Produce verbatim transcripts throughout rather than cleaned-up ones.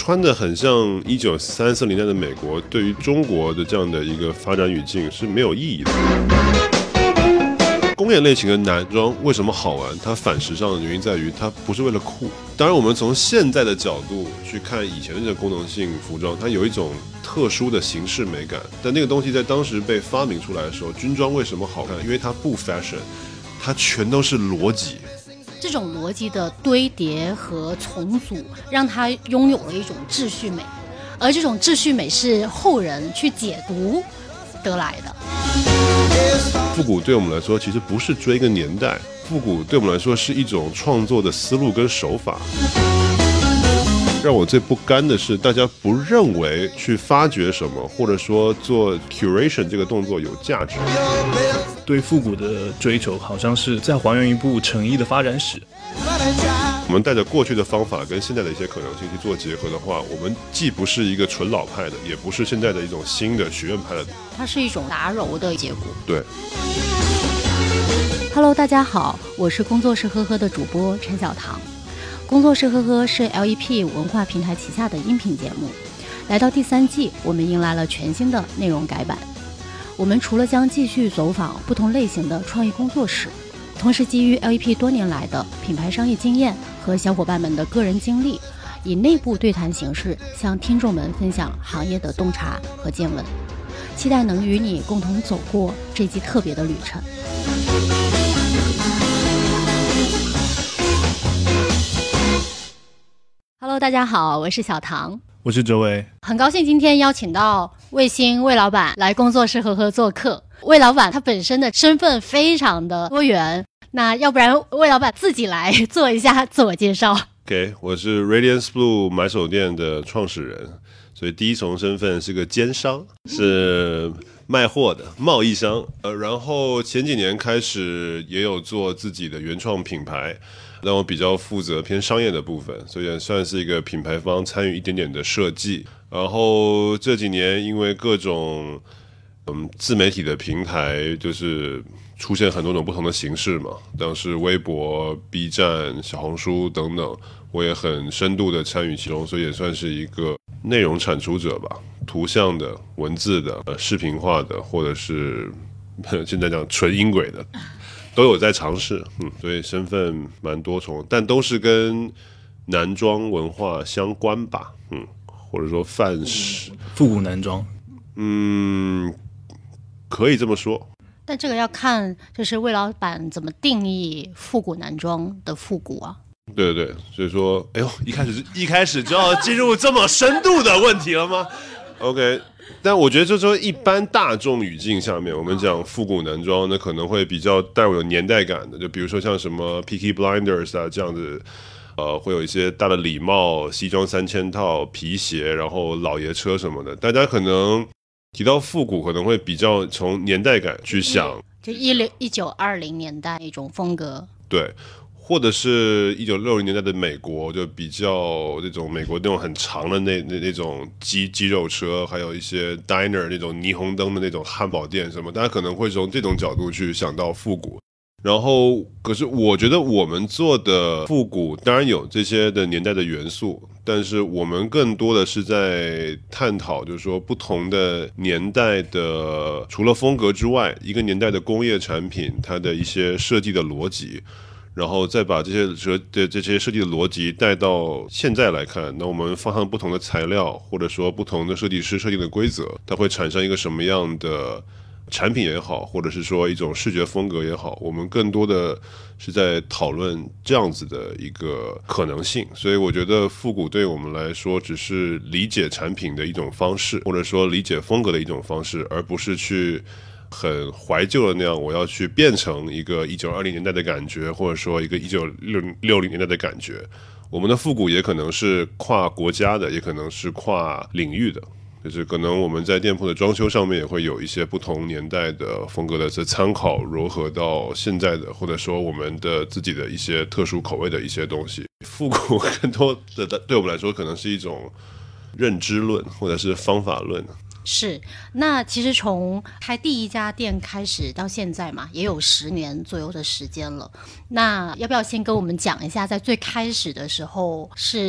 穿的很像一九三四年代的美国，对于中国的这样的一个发展语境是没有意义的。工业类型的男装为什么好玩？它反时尚的原因在于它不是为了酷。当然，我们从现在的角度去看以前的这个功能性服装，它有一种特殊的形式美感。但那个东西在当时被发明出来的时候，军装为什么好看？因为它不 fashion， 它全都是逻辑。 这种逻辑的堆叠和重组，让它拥有了一种秩序美，而这种秩序美是后人去解读得来的。 复古对我们来说其实不是追一个年代，复古对我们来说是一种创作的思路跟手法。让我最不甘的是大家不认为去发掘什么，或者说做 curation 这个动作有价值。 对复古的追求好像是在还原一部成衣的发展史。 我们带着过去的方法跟现在的一些可能性去做结合的话，我们既不是一个纯老派的，也不是现在的一种新的学院派的， 它是一种杂糅的结果。 对。 Hello， 大家好，我是工作室呵呵的主播陈小棠。工作室呵呵是 L E P 文化平台旗下的音频节目。来到第三季，我们迎来了全新的内容改版。我们除了将继续走访不同类型的创意工作室，同时基于 L E P 多年来的品牌商业经验和小伙伴们的个人经历，以内部对谈形式向听众们分享行业的洞察和见闻，期待能与你共同走过这季特别的旅程。Hello， 大家好，我是小唐， 我是哲维， 很高兴今天邀请到魏星魏老板来工作室呵呵做客。魏老板他本身的身份非常的多元，那要不然魏老板自己来做一下自我介绍。 OK， 我是 Radiance Blue 买手店的创始人，所以第一重身份是个奸商，是卖货的贸易商。呃，然后前几年开始也有做自己的原创品牌，让我比较负责偏商业的部分，所以也算是一个品牌方参与一点点的设计。然后这几年因为各种嗯自媒体的平台就是出现很多种不同的形式嘛，像是微博、B 站、小红书等等，我也很深度的参与其中，所以也算是一个内容产出者吧，图像的、文字的、呃、视频化的，或者是现在讲纯音轨的，都有在尝试。嗯，所以身份蛮多重，但都是跟男装文化相关吧。嗯，或者说范式复古男装。 嗯，可以这么说。 但这个要看就是魏老板怎么定义复古男装的复古啊。 对对对，所以说，哎呦，一开始一开始就要进入这么深度的问题了吗 ？OK， 但我觉得就是说，一般大众语境下面，我们讲复古男装，那可能会比较带有年代感的，就比如说像什么 Peaky Blinders 啊这样子，呃，会有一些大的礼帽、西装三千套、皮鞋，然后老爷车什么的，大家可能提到复古，可能会比较从年代感去想， 就一零一九二零年代一种风格， 对。或者是一九六零年代的美国，就比较那种美国那种很长的那那那种肌肌肉车，还有一些 diner 那种霓虹灯的那种汉堡店什么，大家可能会从这种角度去想到复古。然后，可是我觉得我们做的复古当然有这些的年代的元素，但是我们更多的是在探讨，就是说不同的年代的，除了风格之外，一个年代的工业产品它的一些设计的逻辑。然后再把这些设的这些设计的逻辑带到现在来看，那我们放上不同的材料，或者说不同的设计师设计的规则，它会产生一个什么样的产品也好，或者是说一种视觉风格也好，我们更多的是在讨论这样子的一个可能性。所以我觉得复古对我们来说只是理解产品的一种方式，或者说理解风格的一种方式，而不是去很怀旧的那样，我要去变成一个一九二零年代的感觉，或者说一个一九六零年代的感觉。我们的复古也可能是跨国家的，也可能是跨领域的，就是可能我们在店铺的装修上面也会有一些不同年代的风格的参考，糅合到现在的，或者说我们的自己的一些特殊口味的一些东西。复古更多的对我们来说可能是一种认知论或者是方法论。 是，那其实从开第一家店开始到现在嘛，也有十年左右的时间了。那要不要先跟我们讲一下，在最开始的时候是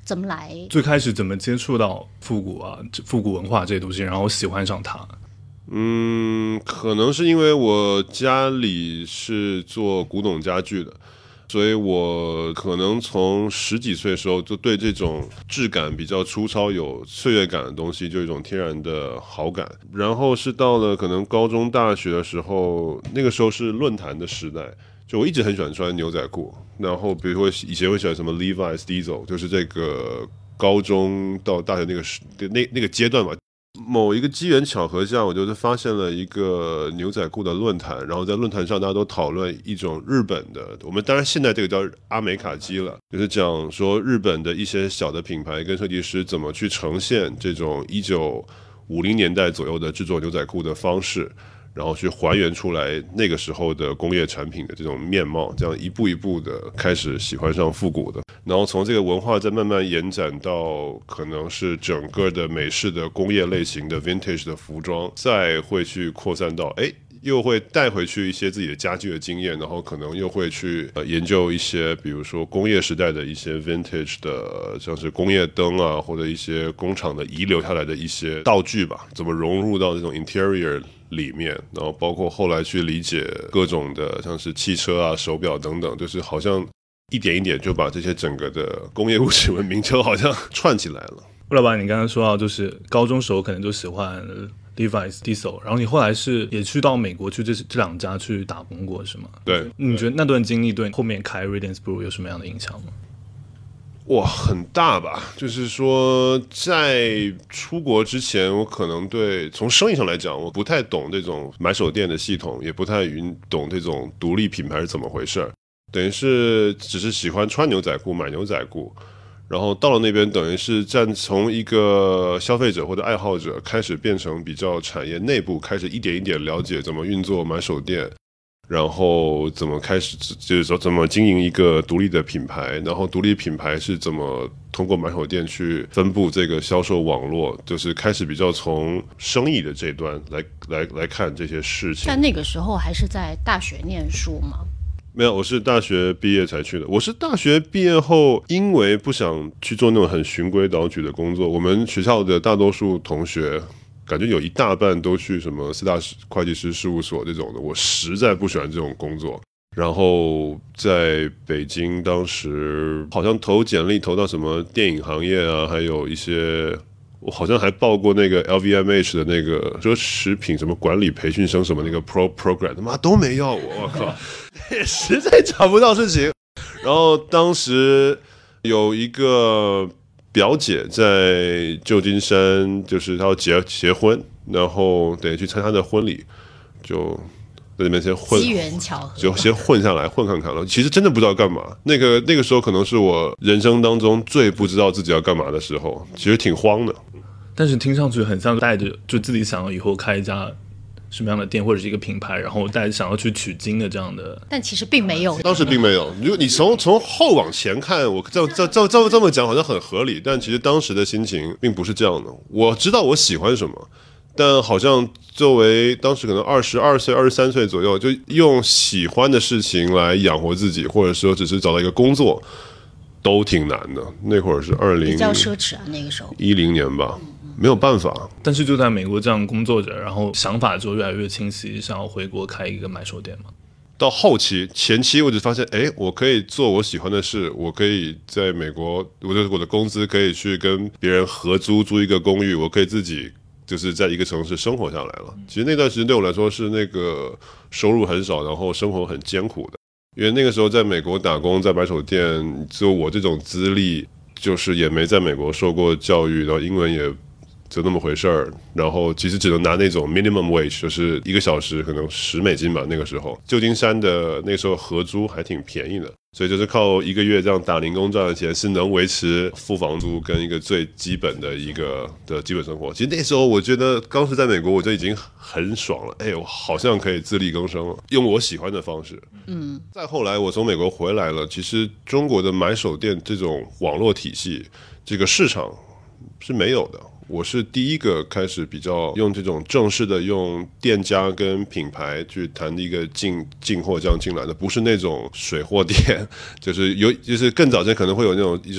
怎么来？ 最开始怎么接触到复古啊、复古文化这些东西，然后喜欢上它？ 嗯，可能是因为我家里是做古董家具的，所以我可能从十几岁的时候就对这种质感比较粗糙、有岁月感的东西就有一种天然的好感。然后是到了可能高中、大学的时候，那个时候是论坛的时代，就我一直很喜欢穿牛仔裤。然后比如说以前会喜欢什么 Levi's、Diesel， 就是这个高中到大学那个那那个阶段嘛。某一个机缘巧合下，我就是发现了一个牛仔裤的论坛，然后在论坛上大家都讨论一种日本的，我们当然现在这个叫阿美卡基了，就是讲说日本的一些小的品牌跟设计师怎么去呈现这种一九五零年代左右的制作牛仔裤的方式，然后去还原出来那个时候的工业产品的这种面貌，这样一步一步的开始喜欢上复古的，然后从这个文化再慢慢延展到可能是整个的美式的工业类型的 vintage 的服装，再会去扩散到哎。又会带回去一些自己的家具的经验，然后可能又会去、呃、研究一些比如说工业时代的一些 vintage 的像是工业灯啊，或者一些工厂的遗留下来的一些道具吧，怎么融入到这种 interior 里面，然后包括后来去理解各种的像是汽车啊、手表等等，就是好像一点一点就把这些整个的工业物质文明就好像串起来了。 魏老板，你刚刚说到就是高中时候可能就喜欢Levi's、Diesel， 然后你后来是也去到美国去这这两家去打工过是吗？ 对， 你觉得那段经历对后面开 Radiance Brew 有什么样的影响吗？ 哇，很大吧。就是说在出国之前，我可能对从生意上来讲我不太懂这种买手店的系统，也不太懂这种独立品牌是怎么回事，等于是只是喜欢穿牛仔裤买牛仔裤，然后到了那边等于是站从一个消费者或者爱好者开始变成比较产业内部，开始一点一点了解怎么运作买手店，然后怎么开始就是说怎么经营一个独立的品牌，然后独立品牌是怎么通过买手店去分布这个销售网络，就是开始比较从生意的这端来来来看这些事情。 但那个时候还是在大学念书吗？ 没有，我是大学毕业才去的。我是大学毕业后，因为不想去做那种很循规蹈矩的工作，我们学校的大多数同学感觉有一大半都去什么四大会计师事务所这种的，我实在不喜欢这种工作。然后在北京当时好像投简历投到什么电影行业啊，还有一些我好像还报过那个 L V M H 的那个奢侈品什么管理培训生什么那个 pro program， 他妈都没要我，我靠，也实在找不到事情。然后当时有一个表姐在旧金山，就是她要结结婚，然后得去参加她的婚礼，就在那边先混， 机缘巧合， 就先混下来混看看了。其实真的不知道干嘛，那个那个时候可能是我人生当中最不知道自己要干嘛的时候，其实挺慌的。 但是听上去很像带着就自己想要以后开一家什么样的店或者是一个品牌，然后带着想要去取经的这样的。 但其实并没有， 当时并没有。如果你从从后往前看，我这这这这这么讲好像很合理，但其实当时的心情并不是这样的。我知道我喜欢什么，但好像作为当时可能二十二岁、二十三岁左右，就用喜欢的事情来养活自己，或者说只是找到一个工作，都挺难的。那会儿是二零比较奢侈啊，那个时候一零年吧。没有办法， 但是就在美国这样工作着，然后想法就越来越清晰，想要回国开一个买手店嘛。 到后期前期我就发现，哎，我可以做我喜欢的事，我可以在美国，我的我的工资可以去跟别人合租租一个公寓，我可以自己就是在一个城市生活下来了。其实那段时间对我来说是那个收入很少，然后生活很艰苦的，因为那个时候在美国打工，在买手店，就我这种资历，就是也没在美国受过教育，然后英文也就那么回事儿，然后其实只能拿那种 minimum wage， 就是一个小时可能十美金吧。那个时候旧金山的那时候合租还挺便宜的，所以就是靠一个月这样打零工赚的钱是能维持付房租跟一个最基本的一个的基本生活。其实那时候我觉得当时在美国我就已经很爽了，哎，我好像可以自力更生了，用我喜欢的方式。嗯，再后来我从美国回来了，其实中国的买手店这种网络体系，这个市场是没有的。我是第一个开始比较用这种正式的用店家跟品牌去谈的一个进进货这样进来的，不是那种水货店，就是有就是更早前可能会有那种就是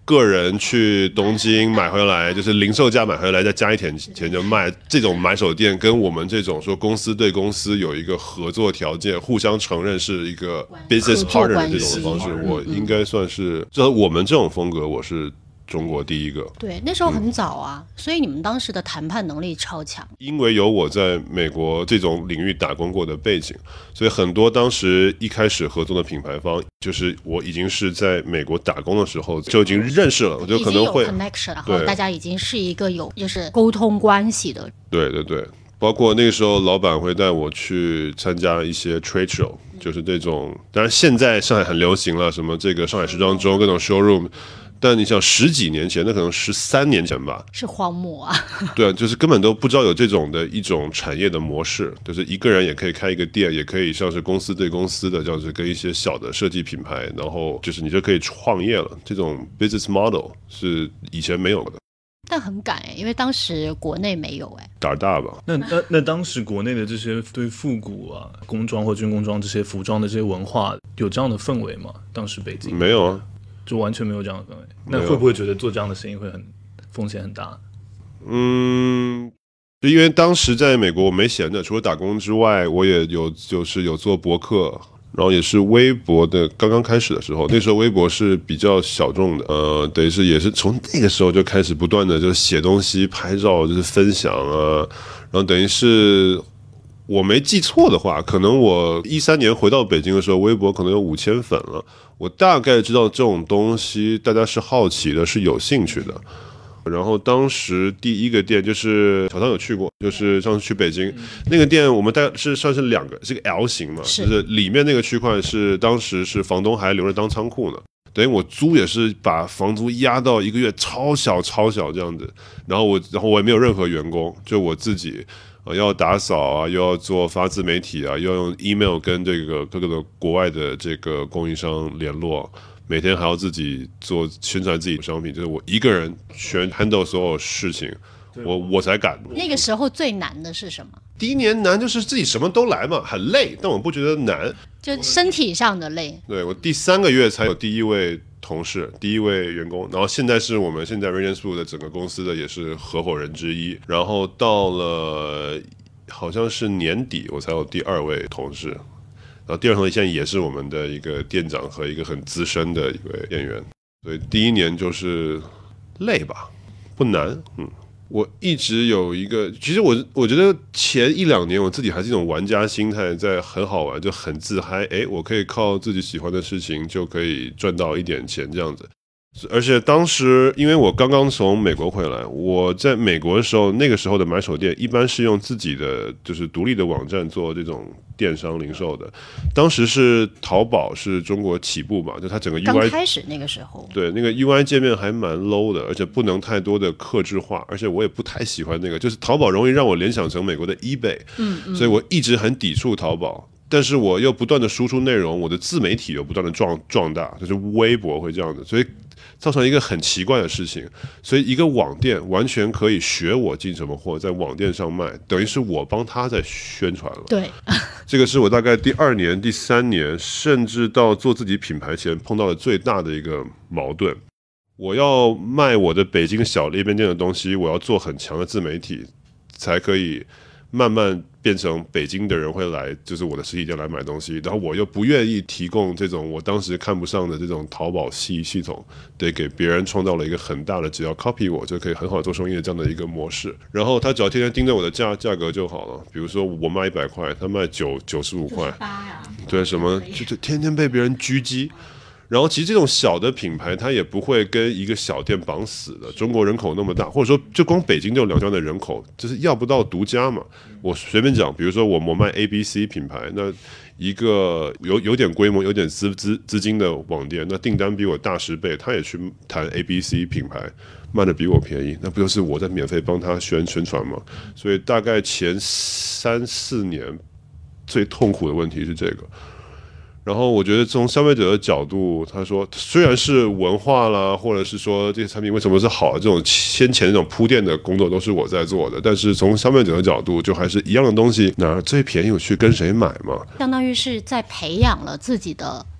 个人去东京买回来，就是零售价买回来再加一点钱就卖，这种买手店跟我们这种说公司对公司有一个合作条件，互相承认是一个 business partner 的这种方式，我应该算是，至少我们这种风格，我是中国第一个。 对，那时候很早啊、嗯、所以你们当时的谈判能力超强。 因为有我在美国这种领域打工过的背景，所以很多当时一开始合作的品牌方，就是我已经是在美国打工的时候就已经认识了，我就可能会已经有 connection， 然后大家已经是一个有就是沟通关系的。 对对对，包括那个时候老板会带我去参加一些 trade show， 就是这种，当然现在上海很流行了，什么这个上海时装周各种 showroom，但你想十几年前，那可能十三年前吧， 是荒漠啊。 对啊，就是根本都不知道有这种的一种产业的模式，就是一个人也可以开一个店，也可以像是公司对公司的这样子跟一些小的设计品牌，然后就是你就可以创业了。这种 business model 是以前没有的。 但很赶哎、欸，因为当时国内没有哎、欸， 胆大吧？ 那那那当时国内的这些对复古啊、工装或军工装这些服装的这些文化，有这样的氛围吗？当时北京没有啊。 就完全没有这样的氛围，那会不会觉得做这样的生意会很风险很大？ 嗯，因为当时在美国我没闲着，除了打工之外，我也有就是有做博客，然后也是微博的刚刚开始的时候，那时候微博是比较小众的，呃，等于是也是从那个时候就开始不断的就写东西、拍照，就是分享啊，然后等于是。我没记错的话，可能我一三年回到北京的时候，微博可能有五千粉了。我大概知道这种东西大家是好奇的，是有兴趣的。然后当时第一个店就是小汤有去过，就是上次去北京、嗯、那个店，我们大概是算是两个，是个 L 型嘛，是就是里面那个区块是当时是房东还留着当仓库呢。等于我租也是把房租压到一个月超小超小这样子，然后我然后我也没有任何员工，就我自己。呃，要打扫啊，又要做发自媒体啊，又要用 email 跟这个各个的国外的这个供应商联络，每天还要自己做宣传自己的商品，就是我一个人全 handle 所有事情，我我才敢。 那个时候最难的是什么？ 第一年难就是自己什么都来嘛，很累，但我不觉得难， 就身体上的累。 对，我第三个月才有第一位同事，第一位员工，然后现在是我们现在 Radiance Blue 的整个公司的也是合伙人之一，然后到了好像是年底我才有第二位同事，然后第二同事现在也是我们的一个店长和一个很资深的一位店员，所以第一年就是累吧，不难，嗯。我一直有一个，其实我我觉得前一两年我自己还是一种玩家心态，在很好玩，就很自嗨，哎，我可以靠自己喜欢的事情就可以赚到一点钱这样子。而且当时因为我刚刚从美国回来，我在美国的时候，那个时候的买手店一般是用自己的就是独立的网站做这种电商零售的。当时是淘宝是中国起步嘛，就它整个 U I 刚开始那个时候， 对，那个 U I 界面还蛮 low 的，而且不能太多的客制化，而且我也不太喜欢那个，就是淘宝容易让我联想成美国的 eBay， 嗯嗯，所以我一直很抵触淘宝。但是我又不断的输出内容，我的自媒体又不断的壮壮大，就是微博会这样的，所以造成一个很奇怪的事情。所以一个网店完全可以学我进什么货，在网店上卖，等于是我帮他在宣传了。 对， 这个是我大概第二年、第三年，甚至到做自己品牌前碰到的最大的一个矛盾。我要卖我的北京小裂变店的东西，我要做很强的自媒体，才可以慢慢变成北京的人会来，就是我的实体店来买东西，然后我又不愿意提供这种我当时看不上的这种淘宝系系统，得给别人创造了一个很大的只要 copy 我就可以很好做生意的这样的一个模式，然后他只要天天盯着我的价价格就好了，比如说我卖一百块，他卖九九十五块，对，什么就就天天被别人狙击。然后其实这种小的品牌它也不会跟一个小店绑死的，中国人口那么大，或者说就光北京就有两千万的人口，就是要不到独家嘛。我随便讲，比如说我我卖 A B C 品牌，那一个有有点规模、有点资资资金的网店，那订单比我大十倍，他也去谈 A B C 品牌，卖的比我便宜，那不就是我在免费帮他宣宣传吗？所以大概前三四年最痛苦的问题是这个。然后我觉得从消费者的角度，他说虽然是文化啦，或者是说这些产品为什么是好的，这种先前这种铺垫的工作都是我在做的，但是从消费者的角度，就还是一样的东西，哪最便宜我去跟谁买嘛？ 相当于是在培养了自己的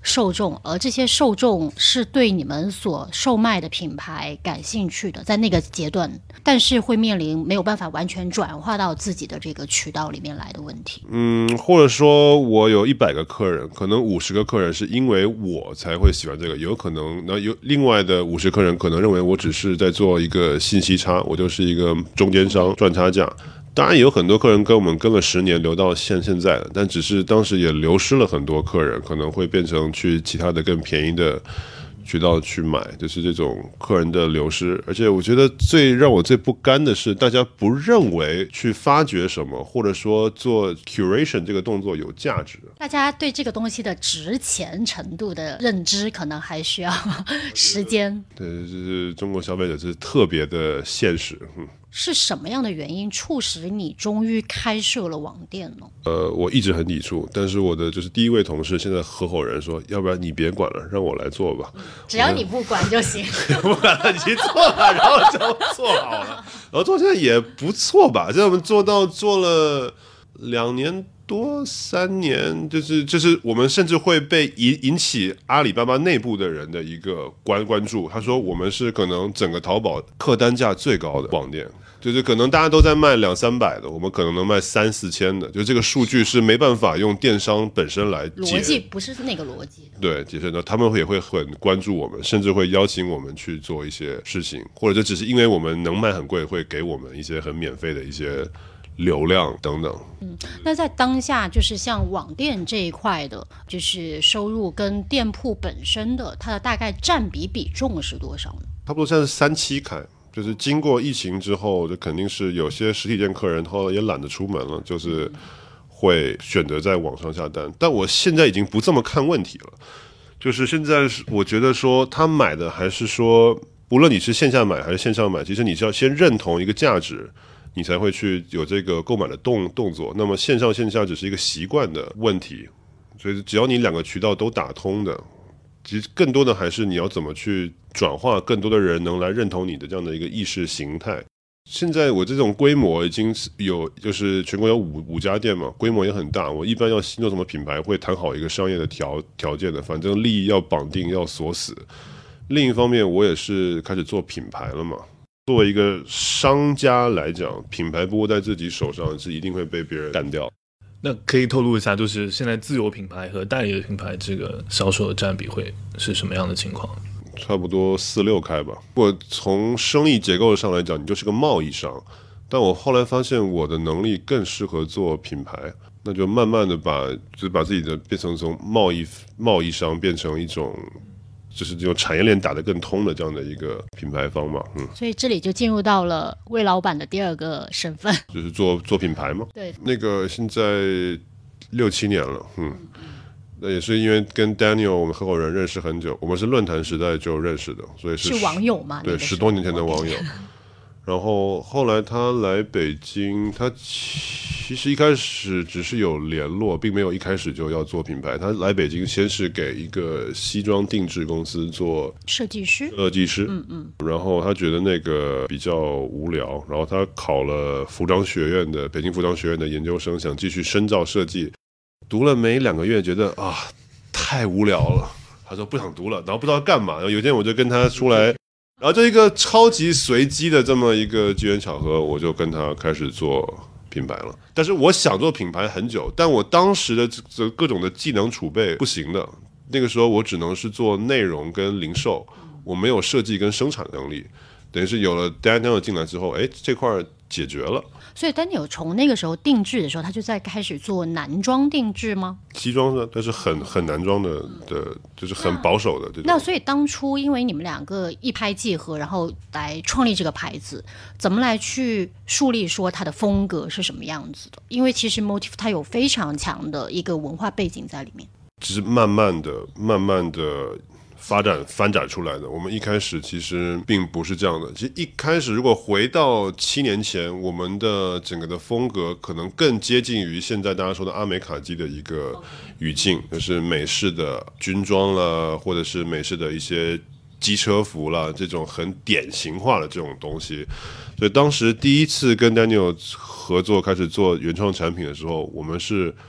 受众，而这些受众是对你们所售卖的品牌感兴趣的，在那个阶段，但是会面临没有办法完全转化到自己的这个渠道里面来的问题。 嗯，或者说我有一百个客人，可能五十个客人是因为我才会喜欢这个，有可能那有另外的五十客人可能认为我只是在做一个信息差，我就是一个中间商赚差价。当然也有很多客人跟我们跟了十年留到现现在的，但只是当时也流失了很多客人，可能会变成去其他的更便宜的渠道去买，就是这种客人的流失。而且我觉得最让我最不甘的是，大家不认为去发掘什么，或者说做 curation 这个动作有价值。 大家对这个东西的值钱程度的认知，可能还需要时间。 对，就是中国消费者是特别的现实。嗯。 是什么样的原因促使你终于开设了网店呢？ 呃，我一直很抵触，但是我的就是第一位同事，现在合伙人说，要不然你别管了，让我来做吧。 只要你不管就行。 不管了，已经做了，然后就做好了，然后做现在也不错吧？现在我们做到做了两年多三年，就是就是我们甚至会被引引起阿里巴巴内部的人的一个关关注。他说我们是可能整个淘宝客单价最高的网店。就是可能大家都在卖两三百的，我们可能能卖三四千的，就这个数据是没办法用电商本身来解， 逻辑不是那个逻辑。 对，解释呢，他们也会很关注我们，甚至会邀请我们去做一些事情，或者就只是因为我们能卖很贵，会给我们一些很免费的一些流量等等。 嗯，那在当下，就是像网店这一块的，就是收入跟店铺本身的它的大概占比比重是多少呢？ 差不多现在是三七开。就是经过疫情之后，就肯定是有些实体店客人后来也懒得出门了，就是会选择在网上下单。但我现在已经不这么看问题了，就是现在我觉得说他买的还是说，无论你是线下买还是线上买，其实你是要先认同一个价值，你才会去有这个购买的动动作。那么线上线下只是一个习惯的问题，所以只要你两个渠道都打通的。其实更多的还是你要怎么去转化更多的人能来认同你的这样的一个意识形态。现在我这种规模已经有，就是全国有五五家店嘛，规模也很大。我一般要做什么品牌，会谈好一个商业的条条件的，反正利益要绑定，要锁死。另一方面，我也是开始做品牌了嘛。作为一个商家来讲，品牌不握在自己手上，是一定会被别人干掉。 那可以透露一下，就是现在自有品牌和代理的品牌这个销售的占比会是什么样的情况？ 差不多四六开吧。我从生意结构上来讲，你就是个贸易商，但我后来发现我的能力更适合做品牌，那就慢慢的把就是把自己的变成从贸易贸易商变成一种。就是这种产业链打得更通的这样的一个品牌方嘛，嗯， 所以这里就进入到了魏老板的第二个身份， 就是做做品牌嘛。 对， 那个现在六七年了，嗯，那也是因为跟 Daniel 我们合伙人认识很久，我们是论坛时代就认识的，所以是是网友嘛？ 对，十多年前的网友。然后后来他来北京，他其实一开始只是有联络，并没有一开始就要做品牌。他来北京先是给一个西装定制公司做设计师， 设计师，嗯嗯。然后他觉得那个比较无聊，然后他考了服装学院的北京服装学院的研究生，想继续深造设计。读了没两个月，觉得啊太无聊了，他说不想读了，然后不知道干嘛。然后有一天我就跟他出来。然后就一个超级随机的这么一个机缘巧合，我就跟他开始做品牌了。但是我想做品牌很久，但我当时的这各种的技能储备不行的。那个时候我只能是做内容跟零售，我没有设计跟生产能力。等于是有了 Daniel 进来之后，哎，这块解决了。 所以 Daniel 从那个时候定制的时候，他就在开始做男装定制吗？ 西装的，但是很很男装的的，就是很保守的这种。 那所以当初因为你们两个一拍即合，然后来创立这个牌子，怎么来去树立说它的风格是什么样子的？因为其实 Motif 它有非常强的一个文化背景在里面。 只是慢慢的、慢慢的。发展翻展出来的，我们一开始其实并不是这样的。其实一开始，如果回到七年前，我们的整个的风格可能更接近于现在大家说的阿美卡基的一个语境，就是美式的军装啦，或者是美式的一些机车服啦，这种很典型化的这种东西。所以当时第一次跟 Daniel 合作开始做原创产品的时候，我们是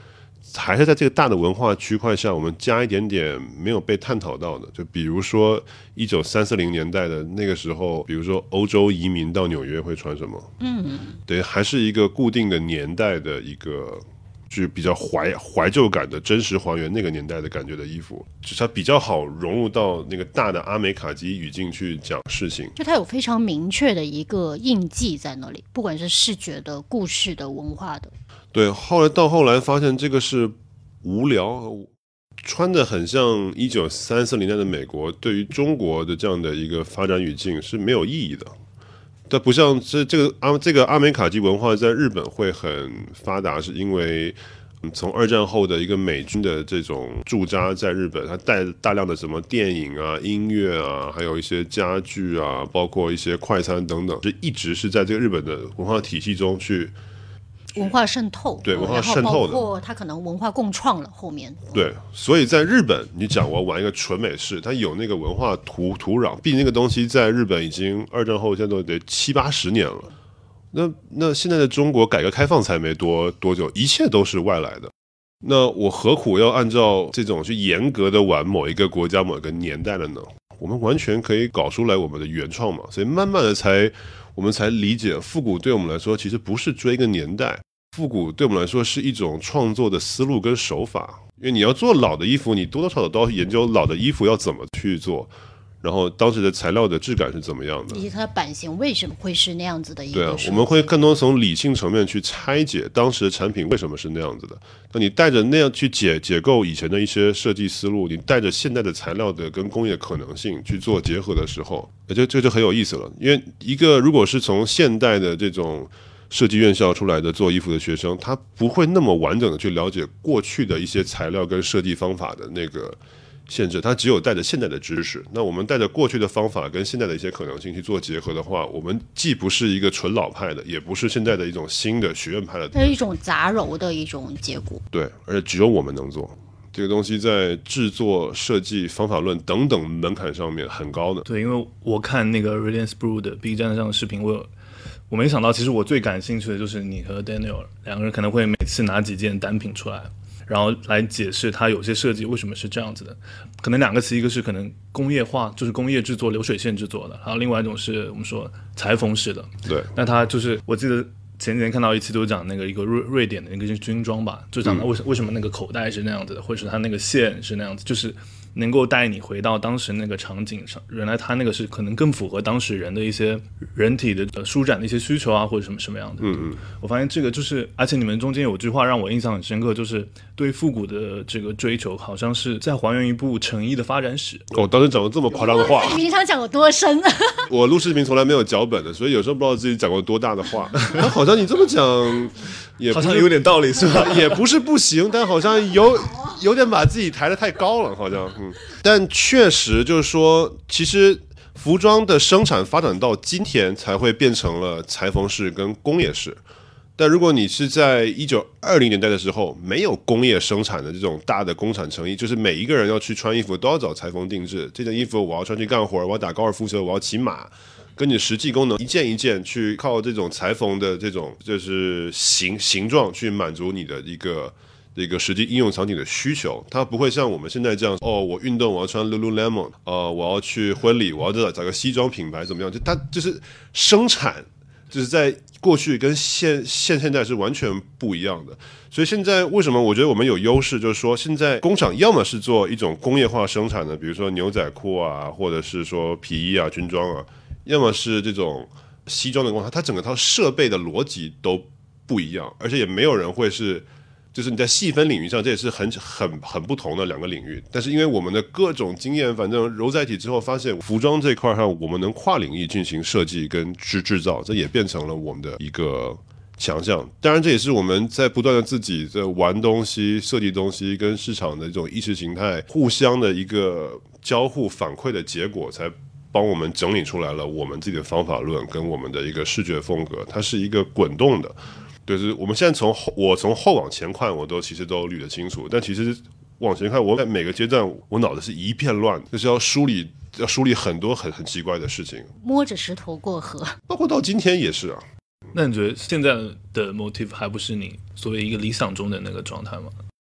还是在这个大的文化区块下，我们加一点点没有被探讨到的，就比如说一九三四零年代的那个时候，比如说欧洲移民到纽约会穿什么？嗯，对，还是一个固定的年代的一个。就是比较怀怀旧感的真实还原那个年代的感觉的衣服，就是它比较好融入到那个大的阿美卡基语境去讲事情， 就它有非常明确的一个印记在那里，不管是视觉的、故事的、文化的。 对，后来到后来发现这个是无聊，穿的很像一九三四年代的美国，对于中国的这样的一个发展语境是没有意义的。但不像这这个阿这个阿美卡基文化在日本会很发达，是因为从二战后的一个美军的这种驻扎在日本，它带大量的什么电影啊、音乐啊，还有一些家具啊，包括一些快餐等等，就一直是在这个日本的文化体系中去文化渗透， 对文化渗透的， 包括它可能文化共创了后面。 对，所以在日本，你讲我要玩一个纯美式，它有那个文化土土壤，毕竟那个东西在日本已经二战后现在都得七八十年了。那那现在的中国改革开放才没多多久，一切都是外来的。那我何苦要按照这种去严格的玩某一个国家某一个年代的呢？我们完全可以搞出来我们的原创嘛。所以慢慢的才我们才理解，复古对我们来说其实不是追一个年代，复古对我们来说是一种创作的思路跟手法。因为你要做老的衣服，你多多少少都要研究老的衣服要怎么去做，然后当时的材料的质感是怎么样的， 以及它的版型为什么会是那样子的一个。 对啊，我们会更多从理性层面去拆解当时的产品为什么是那样子的。那你带着那样去解解构以前的一些设计思路，你带着现代的材料的跟工业可能性去做结合的时候，这这就很有意思了。因为一个如果是从现代的这种设计院校出来的做衣服的学生，他不会那么完整的去了解过去的一些材料跟设计方法的那个限制，他只有带着现在的知识。那我们带着过去的方法跟现在的一些可能性去做结合的话，我们既不是一个纯老派的，也不是现在的一种新的学院派的， 它是一种杂糅的一种结果。 对，而且只有我们能做这个东西，在制作、设计、方法论等等门槛上面很高的。 对，因为我看那个 Radiance Brew 的 B 站上的视频，我有我没想到，其实我最感兴趣的就是你和 Daniel 两个人可能会每次拿几件单品出来，然后来解释它有些设计为什么是这样子的。可能两个词，一个是可能工业化，就是工业制作、流水线制作的，还有另外一种是我们说裁缝式的。 对， 那它就是我记得前几天看到一期都讲那个一个瑞瑞典的那个军装吧，就讲到为什么、嗯、为什么那个口袋是那样子的，或者是它那个线是那样子，就是能够带你回到当时那个场景上，原来它那个是可能更符合当时人的一些人体的舒展的一些需求啊，或者什么什么样的。 嗯嗯， 我发现这个就是，而且你们中间有句话让我印象很深刻，就是对复古的这个追求，好像是在还原一部成衣的发展史。 哦，当时讲了这么夸张的话， 你平常讲有多深？ 我录视频从来没有脚本的，所以有时候不知道自己讲过多大的话。好像你这么讲，也好像有点道理是吧？ 也不是不行，但好像有有点把自己抬得太高了，好像。嗯，但确实就是说，其实服装的生产发展到今天才会变成了裁缝式跟工业式。但如果你是在一九二零年代的时候，没有工业生产的这种大的工厂成衣，就是每一个人要去穿衣服都要找裁缝定制。这件衣服我要穿去干活，我要打高尔夫球，我要骑马，跟你实际功能一件一件去靠这种裁缝的这种就是形形状去满足你的一个一个实际应用场景的需求。它不会像我们现在这样，哦，我运动我要穿 Lululemon， 呃，我要去婚礼我要找找个西装品牌怎么样？就它就是生产。就是在过去跟现现现在是完全不一样的，所以现在为什么我觉得我们有优势，就是说现在工厂要么是做一种工业化生产的，比如说牛仔裤啊，或者是说皮衣啊、军装啊，要么是这种西装的工厂，它整个套设备的逻辑都不一样，而且也没有人会是。就是你在细分领域上，这也是很很很不同的两个领域。但是因为我们的各种经验，反正揉在一起之后，发现服装这一块上，我们能跨领域进行设计跟制制造，这也变成了我们的一个强项。当然，这也是我们在不断的自己在玩东西、设计东西，跟市场的这种意识形态互相的一个交互反馈的结果，才帮我们整理出来了我们自己的方法论跟我们的一个视觉风格。它是一个滚动的。对，就是我们现在从后我从后往前看，我都其实都捋得清楚，但其实往前看，我在每个阶段我脑子是一片乱，就是要梳理要梳理很多很很奇怪的事情， 摸着石头过河， 包括到今天也是啊。 那你觉得现在的 motif 还不是你所谓一个理想中的那个状态吗？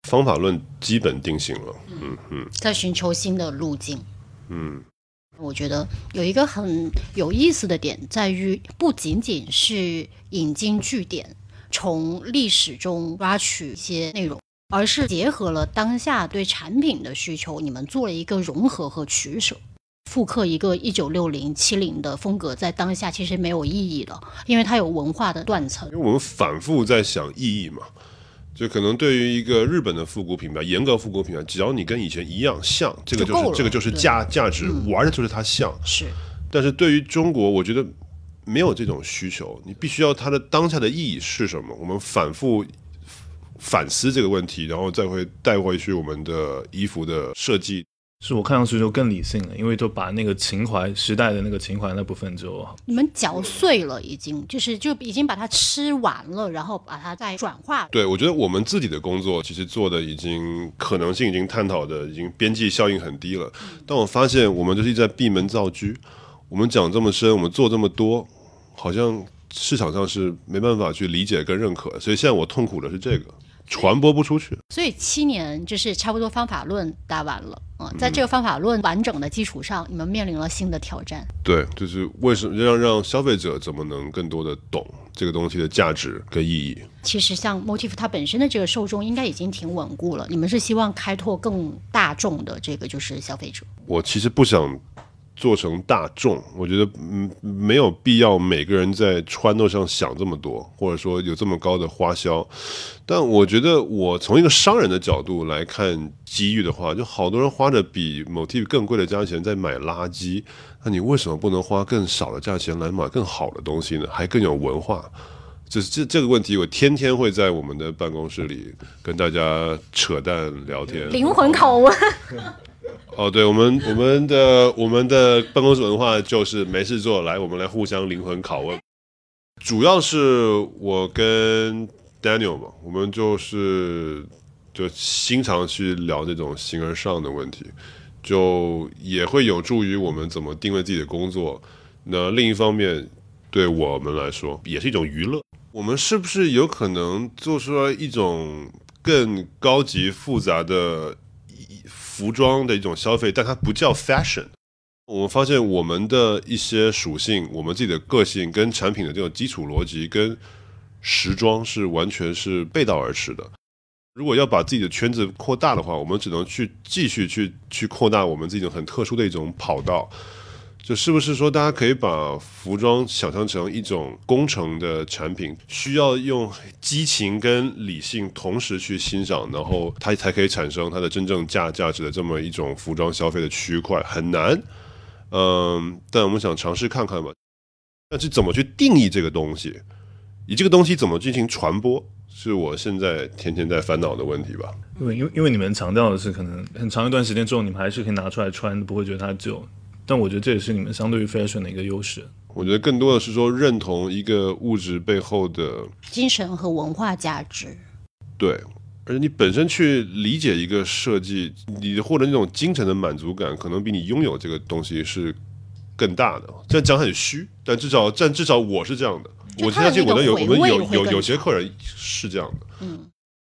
方法论基本定型了。嗯嗯， 在寻求新的路径。 嗯， 我觉得有一个很有意思的点在于，不仅仅是引经据典，从历史中抓取一些内容，而是结合了当下对产品的需求，你们做了一个融合和取舍。复刻一个一九六零、七零的风格，在当下其实没有意义了，因为它有文化的断层。 因为我们反复在想意义嘛，就可能对于一个日本的复古品牌，严格复古品牌，只要你跟以前一样像，这个就是这个就是价价值，嗯、玩的就是它像。 是。 但是对于中国，我觉得没有这种需求，你必须要它的当下的意义是什么？我们反复反思这个问题，然后再会带回去我们的衣服的设计。 是我看上去就更理性了，因为就把那个情怀时代的那个情怀那部分就你们嚼碎了，已经就是就已经把它吃完了，然后把它再转化。 对，我觉得我们自己的工作其实做的已经可能性已经探讨的已经边际效应很低了，但我发现我们就是一直在闭门造车，我们讲这么深，我们做这么多，好像市场上是没办法去理解跟认可，所以现在我痛苦的是这个。传播不出去， 所以七年就是差不多方法论搭完了啊、嗯，在这个方法论完整的基础上，你们面临了新的挑战。 对，就是为什么让让消费者怎么能更多的懂这个东西的价值跟意义？ 其实像 Motif 它本身的这个受众应该已经挺稳固了，你们是希望开拓更大众的这个就是消费者。 我其实不想做成大众，我觉得嗯没有必要每个人在穿戴上想这么多，或者说有这么高的花销。但我觉得我从一个商人的角度来看机遇的话，就好多人花着比 Motif 更贵的价钱在买垃圾，那你为什么不能花更少的价钱来买更好的东西呢？还更有文化。就是这这个问题，我天天会在我们的办公室里跟大家扯淡聊天， 灵魂拷问。 哦，对，我们我们的我们的办公室文化就是没事做，来我们来互相灵魂拷问。主要是我跟 Daniel 嘛，我们就是就经常去聊这种形而上的问题，就也会有助于我们怎么定位自己的工作。那另一方面，对我们来说也是一种娱乐。我们是不是有可能做出来一种更高级复杂的服装的一种消费，但它不叫 fashion。 我们发现我们的一些属性，我们自己的个性跟产品的这种基础逻辑跟时装是完全是背道而驰的。如果要把自己的圈子扩大的话，我们只能去继续去去扩大我们自己很特殊的一种跑道。就是不是说大家可以把服装想象成一种工程的产品，需要用激情跟理性同时去欣赏，然后它才可以产生它的真正价价值的这么一种服装消费的区块，很难。嗯，但我们想尝试看看吧。但是怎么去定义这个东西，以这个东西怎么进行传播，是我现在天天在烦恼的问题吧。 因为因为你们强调的是，可能很长一段时间之后，你们还是可以拿出来穿，不会觉得它旧。但我觉得这也是你们相对于 fashion 的一个优势。 我觉得更多的是说认同一个物质背后的精神和文化价值。 对，而且你本身去理解一个设计，你获得那种精神的满足感，可能比你拥有这个东西是更大的。这样讲很虚，但至少但至少我是这样的。我相信我的有我们有有有些客人是这样的。 嗯。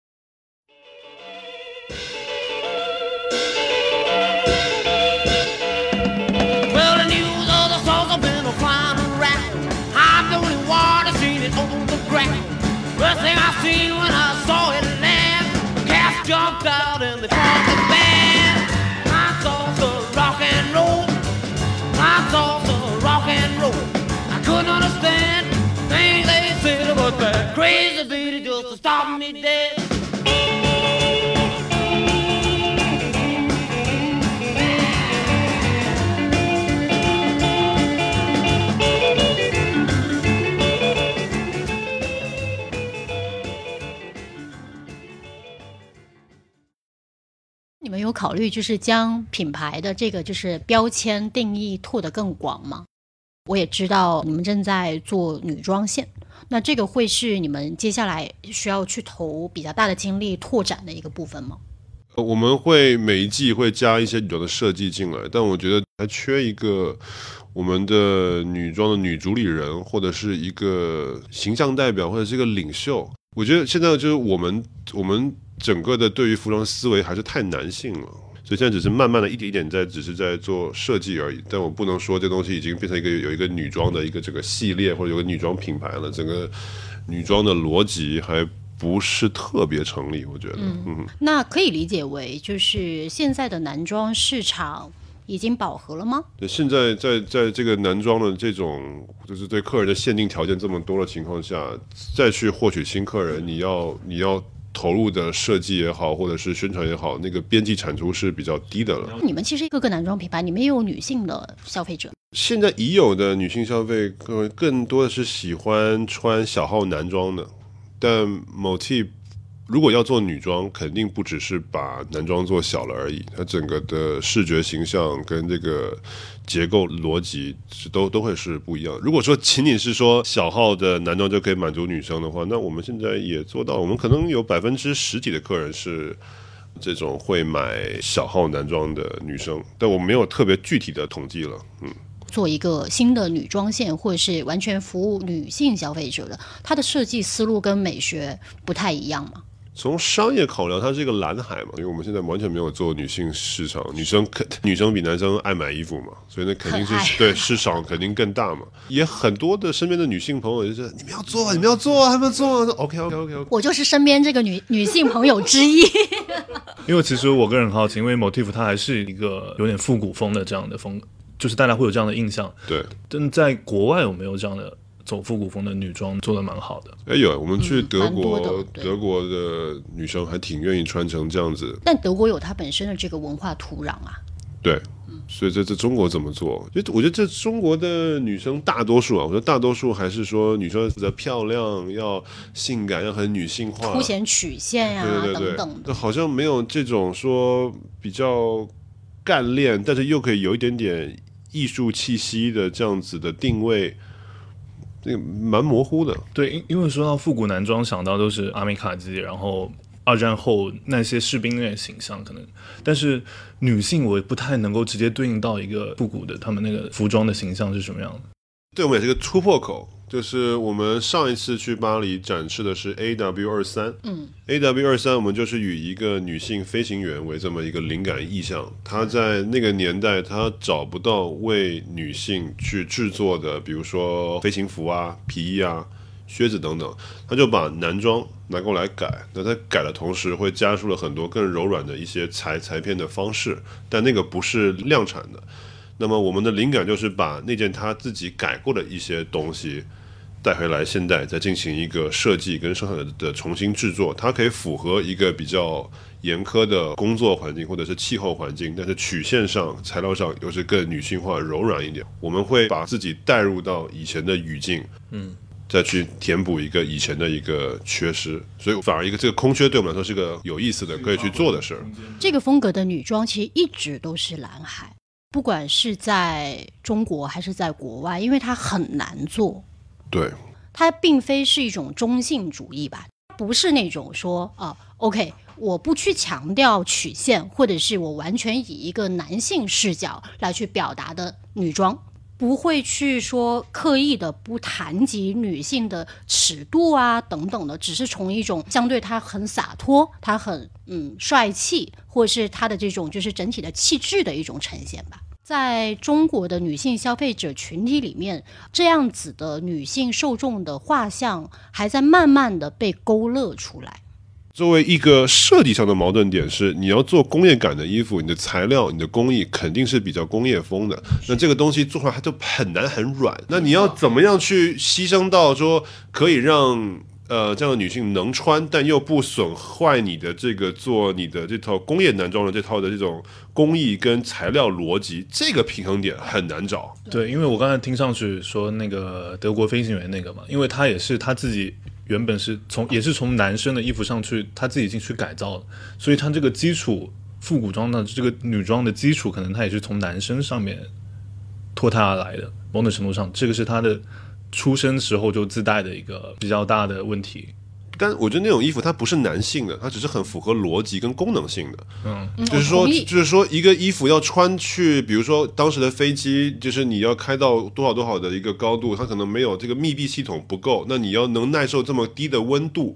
First thing I seen when I saw it land, cats jumped out and they formed the band. I saw the rock and roll, I saw the rock and roll. I couldn't understand things they said, but that crazy beat just to stop me dead. 你们有考虑就是将品牌的这个就是标签定义拓得更广吗？我也知道你们正在做女装线，那这个会是你们接下来需要去投比较大的精力拓展的一个部分吗？ 我们会每一季会加一些女装的设计进来，但我觉得还缺一个我们的女装的女主理人，或者是一个形象代表，或者是一个领袖。我觉得现在就是我们我们整个的对于服装思维还是太男性了。所以现在只是慢慢的一点一点在，只是在做设计而已。但我不能说这东西已经变成一个有一个女装的一个这个系列，或者有个女装品牌了。整个女装的逻辑还不是特别成立，我觉得。嗯，嗯那可以理解为就是现在的男装市场已经饱和了吗？ 对，现在在在这个男装的这种就是对客人的限定条件这么多的情况下，再去获取新客人，你要你要。投入的设计也好，或者是宣传也好，那个边际产出是比较低的了。 你们其实各个男装品牌，你们也有女性的消费者。 现在已有的女性消费更更多的是喜欢穿小号男装的，但 Motif 如果要做女装，肯定不只是把男装做小了而已，它整个的视觉形象跟这个结构逻辑是都都会是不一样的。如果说仅仅是说小号的男装就可以满足女生的话，那我们现在也做到，我们可能有百分之十几的客人是这种会买小号男装的女生，但我没有特别具体的统计了。嗯。 做一个新的女装线，或者是完全服务女性消费者的，它的设计思路跟美学不太一样吗？ 从商业考量，它是一个蓝海嘛，因为我们现在完全没有做女性市场，女生女生比男生爱买衣服嘛，所以那肯定是对市场肯定更大嘛。也很多的身边的女性朋友就是你们要做，你们要做，还没有做 ，OK OK OK OK。 我就是身边这个女女性朋友之一。 因为其实我个人很好奇，因为 Motif 它还是一个有点复古风的这样的风格，就是大家会有这样的印象。 对， 但在国外有没有这样的？走复古风的女装做得蛮好的。 哎有，我们去德国、 嗯、 德国的女生还挺愿意穿成这样子。 但德国有它本身的这个文化土壤啊。 对，所以这这中国怎么做？就我觉得这中国的女生大多数啊，我觉得大多数还是说女生的漂亮要性感，要很女性化， 凸显曲线呀、啊、 对对对等等的， 好像没有这种说比较干练，但是又可以有一点点艺术气息的这样子的定位。那个蛮模糊的。 对，因为说到复古男装，想到都是阿米卡基，然后二战后那些士兵那些形象可能，但是女性我也不太能够直接对应到一个复古的他们那个服装的形象是什么样的。 对我们也是个突破口，就是我们上一次去巴黎展示的是 A W 二十三， 嗯 A W 二十三 我们就是以一个女性飞行员为这么一个灵感意象，她在那个年代她找不到为女性去制作的比如说飞行服啊、皮衣啊、靴子等等，她就把男装拿过来改，那她改的同时会加入了很多更柔软的一些裁裁片的方式，但那个不是量产的。那么我们的灵感就是把那件他自己改过的一些东西带回来现代，再进行一个设计跟生产的重新制作，它可以符合一个比较严苛的工作环境或者是气候环境，但是曲线上材料上又是更女性化柔软一点。我们会把自己带入到以前的语境，嗯，再去填补一个以前的一个缺失，所以反而一个这个空缺对我们来说是个有意思的可以去做的事儿。 这个风格的女装其实一直都是蓝海，不管是在中国还是在国外，因为它很难做。 对， 它并非是一种中性主义吧，不是那种说啊 OK 我不去强调曲线，或者是我完全以一个男性视角来去表达的女装，不会去说刻意的不谈及女性的尺度啊等等的，只是从一种相对她很洒脱，她很嗯帅气，或者是她的这种就是整体的气质的一种呈现吧。在中国的女性消费者群体里面，这样子的女性受众的画像还在慢慢的被勾勒出来。 作为一个设计上的矛盾点是，你要做工业感的衣服，你的材料、你的工艺肯定是比较工业风的，那这个东西做出来它就很难很软，那你要怎么样去牺牲到说可以让呃这样的女性能穿，但又不损坏你的这个做你的这套工业男装的这套的这种工艺跟材料逻辑，这个平衡点很难找。 对，因为我刚才听上去说那个德国飞行员那个嘛，因为他也是他自己原本是从也是从男生的衣服上去他自己进去改造的，所以他这个基础复古装的这个女装的基础可能他也是从男生上面脱胎而来的，某种程度上这个是他的出生时候就自带的一个比较大的问题。 但我觉得那种衣服它不是男性的，它只是很符合逻辑跟功能性的。 嗯， 就是说，就是说一个衣服要穿去，比如说当时的飞机，就是你要开到多少多少的一个高度，它可能没有这个密闭系统不够，那你要能耐受这么低的温度，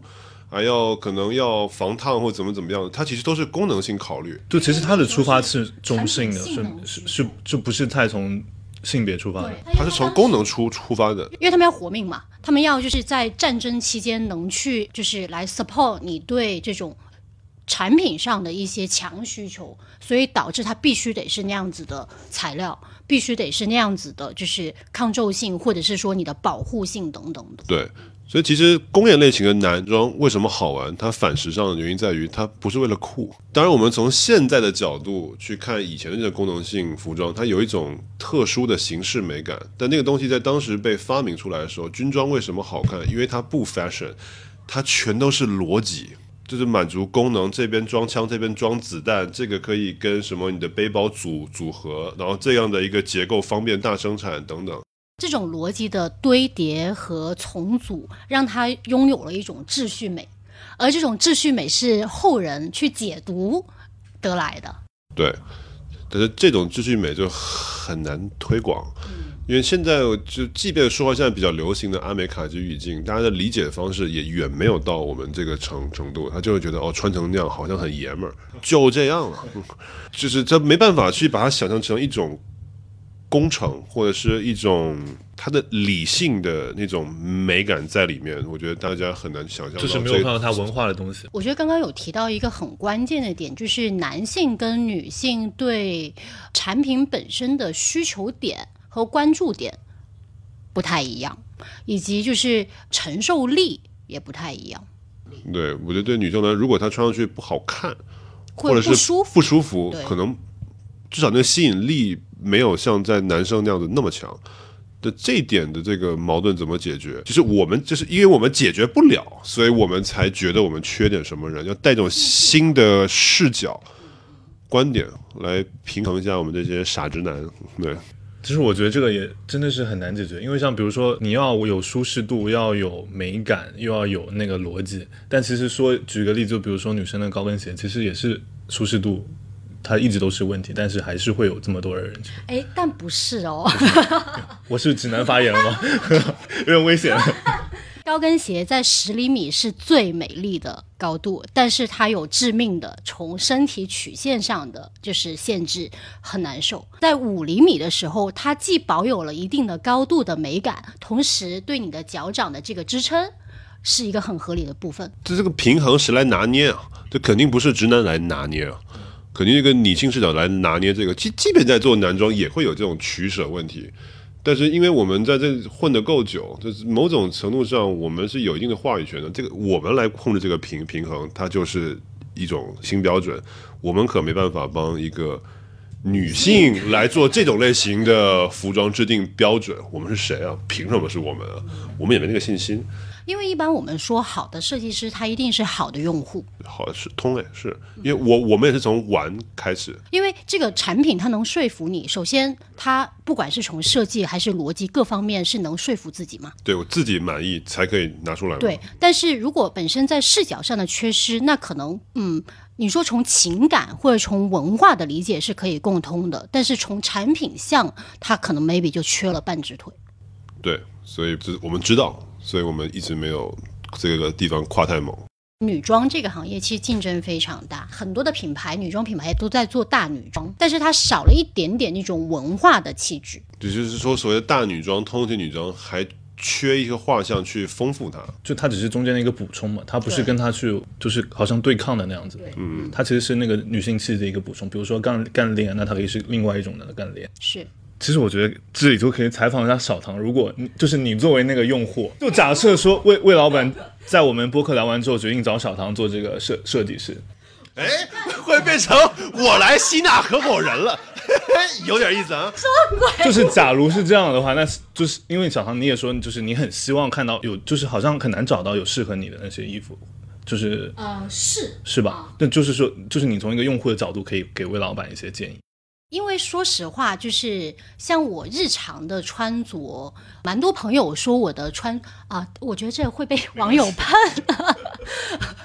还要可能要防烫或怎么怎么样，它其实都是功能性考虑。 就其实它的出发是中性的，是是是，就不是太从性别出发的， 它是从功能出出发的。 因为他们要活命嘛，他们要就是在战争期间能去就是来 support 你对这种产品上的一些强需求，所以导致它必须得是那样子的材料，必须得是那样子的，就是抗皱性或者是说你的保护性等等的。 对，所以其实工业类型的男装为什么好玩，它反时尚的原因在于它不是为了酷。当然我们从现在的角度去看以前的这个功能性服装，它有一种特殊的形式美感，但那个东西在当时被发明出来的时候，军装为什么好看，因为它不 fashion， 它全都是逻辑，就是满足功能，这边装枪，这边装子弹，这个可以跟什么你的背包组组合，然后这样的一个结构方便大生产等等。 这种逻辑的堆叠和重组，让它拥有了一种秩序美，而这种秩序美是后人去解读得来的。 对，但是这种秩序美就很难推广，因为现在就即便说现在比较流行的阿美卡基语境，大家的理解方式也远没有到我们这个程程度，他就会觉得哦，穿成那样好像很爷们儿，就这样了，就是这没办法去把它想象成一种工程或者是一种它的理性的那种美感在里面，我觉得大家很难想象到、这个， 就是没有看到它文化的东西。 我觉得刚刚有提到一个很关键的点，就是男性跟女性对产品本身的需求点和关注点不太一样，以及就是承受力也不太一样。 对，我觉得对女生呢，如果她穿上去不好看，或者是不舒服不舒服，可能至少那个吸引力没有像在男生那样子那么强。的这一点的这个矛盾怎么解决？其实我们就是因为我们解决不了，所以我们才觉得我们缺点什么人，要带种新的视角、观点来平衡一下我们这些傻直男。对。 其实我觉得这个也真的是很难解决，因为像比如说你要有舒适度，要有美感，又要有那个逻辑，但其实说举个例子，就比如说女生的高跟鞋，其实也是舒适度它一直都是问题，但是还是会有这么多人去。 哎，但不是哦。 我是直男发言了吗？有点危险。 高跟鞋在十厘米是最美丽的高度，但是它有致命的从身体曲线上的就是限制，很难受。在五厘米的时候，它既保有了一定的高度的美感，同时对你的脚掌的这个支撑是一个很合理的部分。 这这个平衡谁来拿捏啊？这肯定不是直男来拿捏啊，肯定一个女性视角来拿捏这个。即即便在做男装，也会有这种取舍问题。但是因为我们在这混得够久，就是某种程度上我们是有一定的话语权的，这个我们来控制这个平平衡，它就是一种新标准。我们可没办法帮一个女性来做这种类型的服装制定标准。我们是谁啊？凭什么是我们啊？我们也没那个信心。 因为一般我们说好的设计师，他一定是好的用户。 好是通类，是因为我我们也是从玩开始。 因为这个产品它能说服你，首先它不管是从设计还是逻辑各方面是能说服自己嘛。 对，我自己满意才可以拿出来嘛。 对，但是如果本身在视角上的缺失，那可能嗯，你说从情感或者从文化的理解是可以共通的，但是从产品项，它可能 maybe 就缺了半只腿。 对，所以我们知道。所以我们一直没有这个地方跨太猛。 女装这个行业其实竞争非常大，很多的品牌女装品牌都在做大女装，但是它少了一点点那种文化的气质。 也就是说，所谓的大女装、通勤女装还缺一个画像去丰富它， 就它只是中间的一个补充嘛，它不是跟它去就是好像对抗的那样子。嗯，它其实是那个女性气质的一个补充。比如说干干练，那它可以是另外一种的干练。 是。 其实我觉得这里就可以采访一下小唐，如果就是你作为那个用户，就假设说魏魏老板在我们播客聊完之后决定找小唐做这个设设计师， 哎，会变成我来吸纳合伙人了，有点意思啊。 就是假如是这样的话，那就是因为小唐你也说，就是你很希望看到有，就是好像很难找到有适合你的那些衣服，就是呃是是吧？那就是说，就是你从一个用户的角度可以给魏老板一些建议。 因为说实话，就是像我日常的穿着，蛮多朋友说我的穿啊、呃，我觉得这会被网友喷。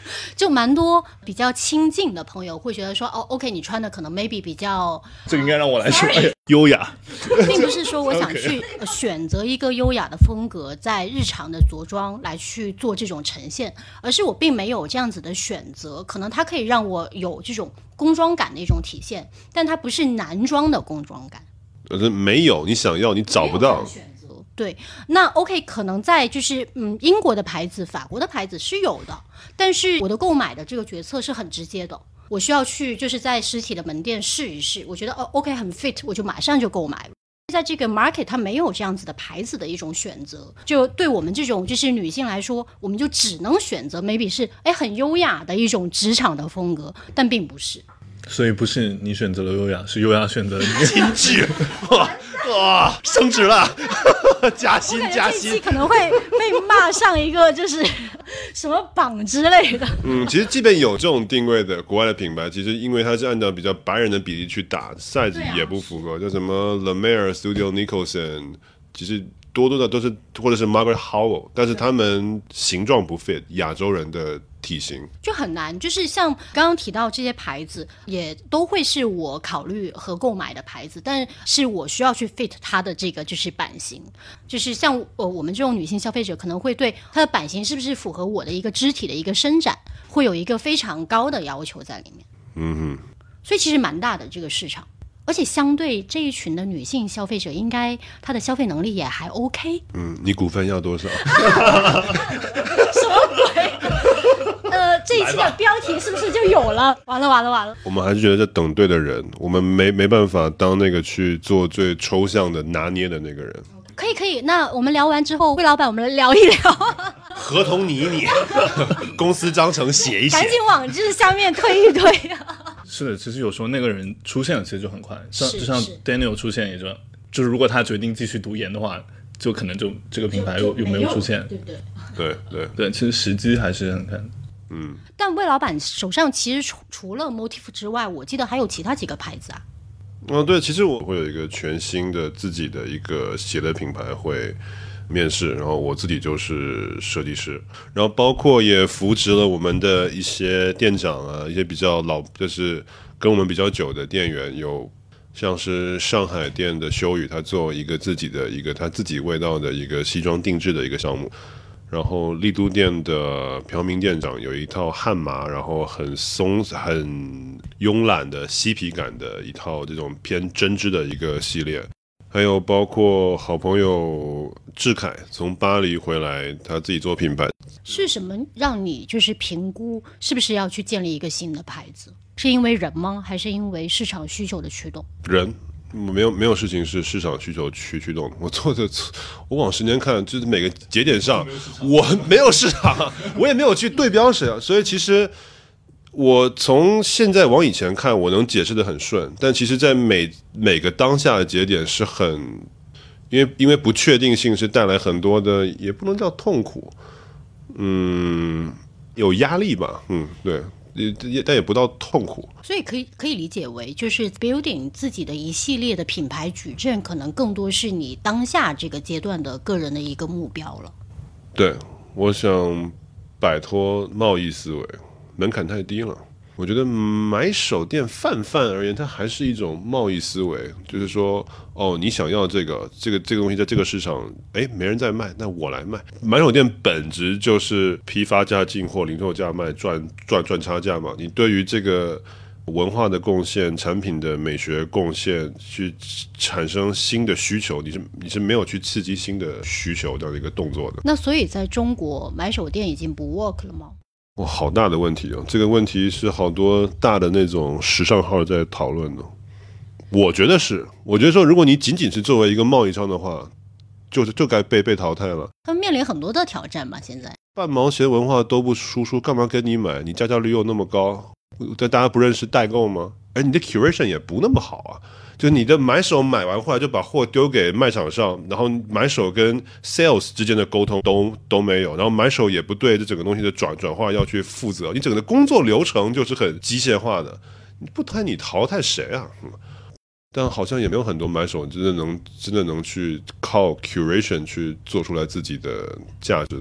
就蛮多比较亲近的朋友会觉得说，哦 ，OK， 你穿的可能 maybe 比较， 这个应该让我来说，哎、优雅， 并不是说我想去选择一个优雅的风格，在日常的着装来去做这种呈现，而是我并没有这样子的选择，可能它可以让我有这种工装感的一种体现，但它不是男装的工装感。 可是没有，你想要你找不到。 对，那 OK， 可能在就是嗯，英国的牌子、法国的牌子是有的，但是我的购买的这个决策是很直接的，我需要去就是在实体的门店试一试，我觉得哦 OK 很 fit， 我就马上就购买了。在这个 market 它没有这样子的牌子的一种选择，就对我们这种就是女性来说，我们就只能选择 maybe 是哎很优雅的一种职场的风格，但并不是。 所以不是你选择了优雅，是优雅选择了你。 金句，哇哇，升职了，加薪加薪， 这期可能会被骂上一个就是什么榜之类的。 嗯，其实即便有这种定位的国外的品牌，其实因为它是按照比较白人的比例去打 ，size 也不符合，就什么 La Mer Studio Nicholson， 其实多多的都是或者是 Margaret Howell， 但是他们形状不 fit 亚洲人的体型， 就很难。就是像刚刚提到这些牌子，也都会是我考虑和购买的牌子，但是我需要去 fit 它的这个就是版型。就是像呃我们这种女性消费者，可能会对它的版型是不是符合我的一个肢体的一个伸展，会有一个非常高的要求在里面。 嗯哼， 所以其实蛮大的这个市场。而且相对这一群的女性消费者，应该她的消费能力也还 OK。 嗯，你股份要多少？ 什么鬼？呃，这一期的标题是不是就有了？完了完了完了！ 我们还是觉得在等对的人，我们没没办法当那个去做最抽象的拿捏的那个人。 可以可以，那我们聊完之后，魏老板，我们来聊一聊。 合同拟一拟，公司章程写一写， 赶紧往就是下面推一推。 是的，其实有时候那个人出现了，其实就很快，像就像是 Daniel 出现也就就是如果他决定继续读研的话，就可能就这个品牌又又没有出现， 对不对？ 对对对，其实时机还是很看。 嗯。 但魏老板手上其实除除了 Motif 之外，我记得还有其他几个牌子啊。 哦，对，其实我会有一个全新的自己的一个鞋的品牌会面试，然后我自己就是设计师，然后包括也扶植了我们的一些店长啊，一些比较老，就是跟我们比较久的店员，有像是上海店的修宇，他做一个自己的一个他自己味道的一个西装定制的一个项目。然后丽都店的朴明店长有一套汉麻，然后很松、很慵懒的嬉皮感的一套这种偏针织的一个系列，还有包括好朋友志凯从巴黎回来，他自己做品牌。 是什么让你就是评估是不是要去建立一个新的牌子？是因为人吗？还是因为市场需求的驱动？ 人。没有没有事情是市场需求去驱动的。我做的，我往十年看，就是每个节点上，我没有市场，我也没有去对标谁啊。所以其实我从现在往以前看，我能解释的很顺，但其实在每每个当下的节点是很，因为因为不确定性是带来很多的，也不能叫痛苦，嗯，有压力吧，嗯，对。也但也不到痛苦， 所以可以可以理解为，就是 building 自己的一系列的品牌矩阵，可能更多是你当下这个阶段的个人的一个目标了。 对，我想摆脱贸易思维，门槛太低了。我觉得买手店泛泛而言，它还是一种贸易思维，就是说，哦，你想要这个这个这个东西在这个市场，哎，没人在卖，那我来卖。买手店本质就是批发价进货，零售价卖，赚赚赚差价嘛。你对于这个文化的贡献、产品的美学贡献，去产生新的需求，你是你是没有去刺激新的需求这样的一个动作的。 那所以在中国买手店已经不 work 了吗？ 哇，好大的问题哦！这个问题是好多大的那种时尚号在讨论的。我觉得是，我觉得说，如果你仅仅是作为一个贸易商的话，就就该被被淘汰了。 他们面临很多的挑战吧？现在半毛鞋文化都不输出，干嘛跟你买？你加价率又那么高，在大家不认识代购吗？而你的 curation 也不那么好啊。就是你的买手买完回来就把货丢给卖场上，然后买手跟 sales 之间的沟通都都没有，然后买手也不对这整个东西的转转化要去负责，你整个工作流程就是很机械化的，你不淘汰你淘汰谁啊？嗯，但好像也没有很多买手真的能真的能去靠 curation 去做出来自己的价值的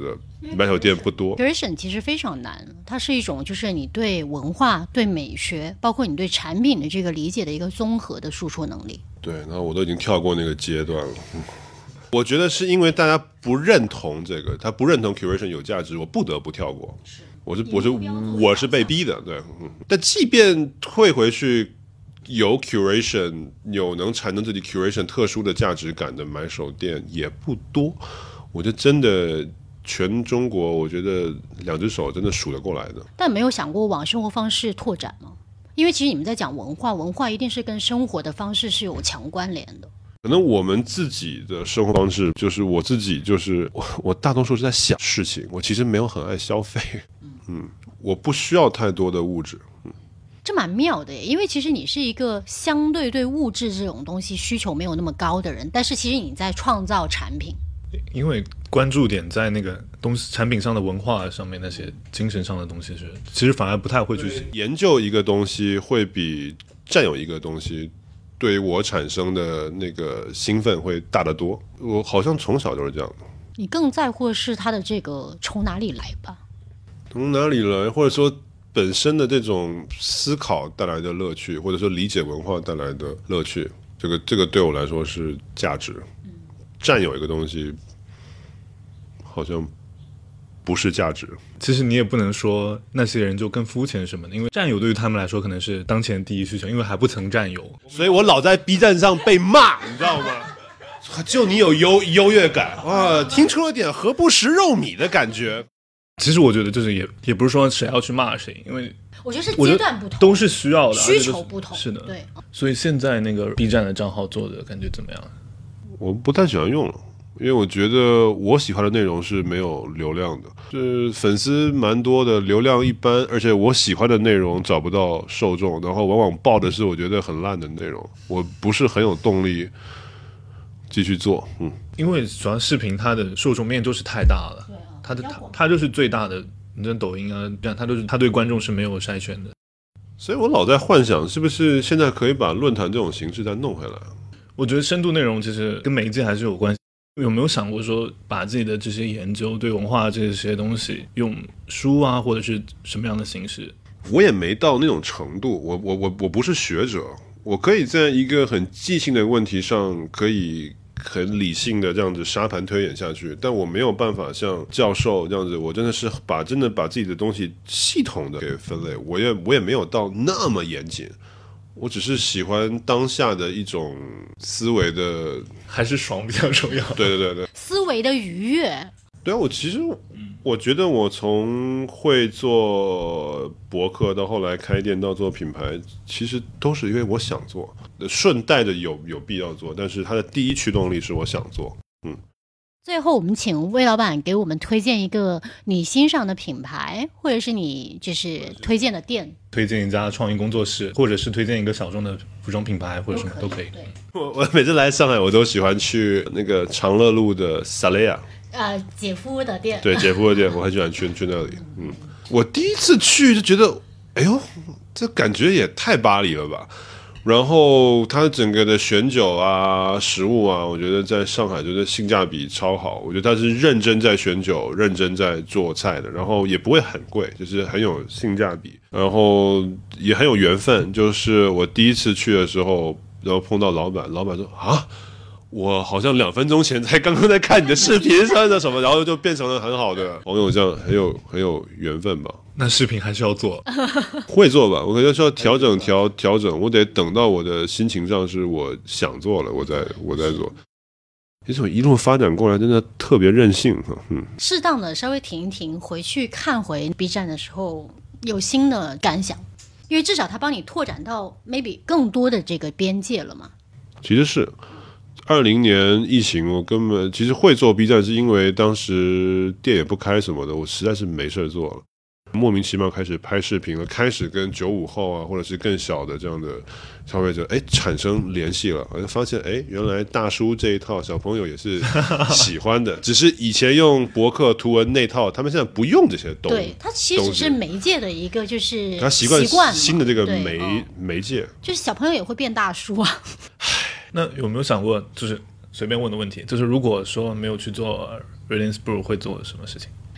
买手店不多。 Curation 其实非常难，它是一种就是你对文化、对美学，包括你对产品的这个理解的一个综合的输出能力。 对，然后我都已经跳过那个阶段了。我觉得是因为大家不认同这个，他不认同 curation 有价值，我不得不跳过。我是我是我是被逼的，对。嗯、但即便退回去，有 curation 有能产生自己 curation 特殊的价值感的买手店也不多。我觉得真的全中国，我觉得两只手真的数得过来的。 但没有想过往生活方式拓展吗？因为其实你们在讲文化，文化一定是跟生活的方式是有强关联的。 可能我们自己的生活方式，就是我自己，就是我，我大多数是在想事情，我其实没有很爱消费，嗯，我不需要太多的物质，嗯， 这蛮妙的耶，因为其实你是一个相对对物质这种东西需求没有那么高的人，但是其实你在创造产品。 因为关注点在那个东西产品上的文化上面，那些精神上的东西是，其实反而不太会去研究一个东西，会比占有一个东西对于我产生的那个兴奋会大得多。我好像从小就是这样的。 你更在乎的是它的这个从哪里来吧？ 从哪里来，或者说本身的这种思考带来的乐趣，或者说理解文化带来的乐趣，这个这个对我来说是价值。占有一个东西好像不是价值。 其实你也不能说那些人就更肤浅什么的，因为占有对于他们来说可能是当前第一需求，因为还不曾占有。 所以我老在 B 站上被骂，你知道吗？就你有优优越感啊，听出了点何不食肉糜的感觉。 其实我觉得就是也也不是说谁要去骂谁，因为我觉得是阶段不同， 都是需要的， 需求不同。 是的， 对。 所以现在那个 B 站的账号做的感觉怎么样？ 我不太喜欢用了，因为我觉得我喜欢的内容是没有流量的，就是粉丝蛮多的，流量一般，而且我喜欢的内容找不到受众，然后往往报的是我觉得很烂的内容，我不是很有动力继续做。嗯， 因为主要视频它的受众面就是太大了，对啊，它的它它就是最大的，你像抖音啊这样，它都是它对观众是没有筛选的， 所以我老在幻想是不是现在可以把论坛这种形式再弄回来。 我觉得深度内容其实跟媒介还是有关系。有没有想过说把自己的这些研究对文化这些东西用书啊或者是什么样的形式？ 我也没到那种程度，我我我我不是学者，我可以在一个很即兴的问题上可以很理性的这样子沙盘推演下去，但我没有办法像教授这样子，我真的是把真的把自己的东西系统的给分类，我也我也没有到那么严谨。我只是喜欢当下的一种思维的， 还是爽比较重要。 对对对对， 思维的愉悦。 对啊，我其实我觉得我从会做博客到后来开店到做品牌，其实都是因为我想做，顺带的有有必要做，但是它的第一驱动力是我想做。嗯。 最后我们请魏老板给我们推荐一个你欣赏的品牌，或者是你就是推荐的店， 推荐一家创意工作室，或者是推荐一个小众的服装品牌或者什么都可以。 我我每次来上海我都喜欢去那个长乐路的萨雷亚， 呃，姐夫的店， 对，姐夫的店我很喜欢去去那里。嗯，我第一次去就觉得哎呦这感觉也太巴黎了吧，然后它整个的选酒啊食物啊，我觉得在上海就是性价比超好，我觉得它是认真在选酒认真在做菜的，然后也不会很贵，就是很有性价比，然后也很有缘分，就是我第一次去的时候然后碰到老板，老板说啊我好像两分钟前才刚刚在看你的视频上的什么，然后就变成了很好的朋友，这样很有很有缘分吧。 那视频还是要做， 会做吧，我可能需要调整调调整，我得等到我的心情上是我想做了，我再我再做。其实我一路发展过来，真的特别任性，嗯， 适当的稍微停一停，回去看回 B 站的时候，有新的感想，因为至少它帮你拓展到 maybe 更多的这个边界了嘛。 其实是。二零年疫情，我根本其实会做 B 站，是因为当时店也不开什么的，我实在是没事做了，莫名其妙开始拍视频了，开始跟九五后啊，或者是更小的这样的消费者，哎，产生联系了，我就发现，哎，原来大叔这一套小朋友也是喜欢的，只是以前用博客图文那套，他们现在不用这些东西。 对，它其实只是媒介的一个，就是他习惯新的这个媒、哦、媒介， 就是小朋友也会变大叔啊。 那有没有想过，就是随便问的问题，就是如果说没有去做 Radiance Brew 会做什么事情？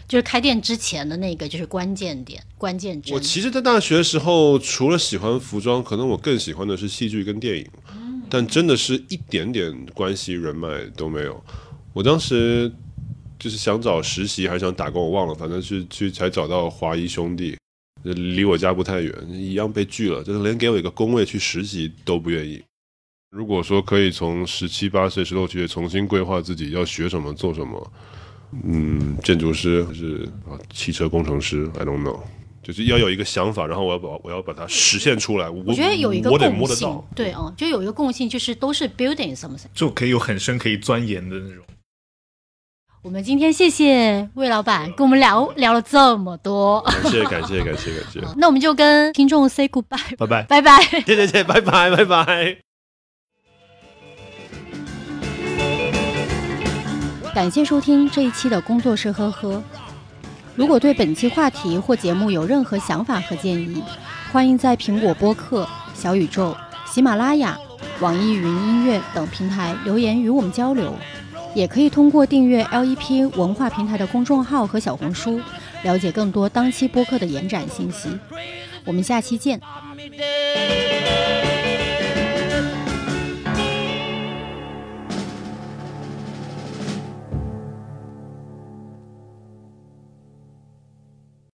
就是开店之前的那个就是关键点关键针。 我其实在大学的时候除了喜欢服装，可能我更喜欢的是戏剧跟电影、嗯、但真的是一点点关系人脉都没有。我当时就是想找实习还是想打工我忘了，反正是去才找到华谊兄弟，离我家不太远，一样被拒了，就是连给我一个工位去实习都不愿意。如果说可以从十七八岁、十六岁重新规划自己要学什么、做什么，嗯，建筑师还是啊汽车工程师 ，I don't know， 就是要有一个想法，然后我要把我要把它实现出来。我, 我觉得有一个我得共性， 摸得到， 对哦、嗯，就有一个共性，就是都是 building something， 就可以有很深可以钻研的那种。 我们今天谢谢魏老板跟我们聊聊了这么多， 感谢感谢感谢感谢。 那我们就跟听众 say goodbye， 拜拜拜拜， 谢谢谢，拜拜拜拜。 感谢收听这一期的工作室呵呵。如果对本期话题或节目有任何想法和建议，欢迎在苹果播客、小宇宙、喜马拉雅、网易云音乐等平台留言与我们交流，也可以通过订阅 L E P 文化平台的公众号和小红书，了解更多当期播客的延展信息。我们下期见。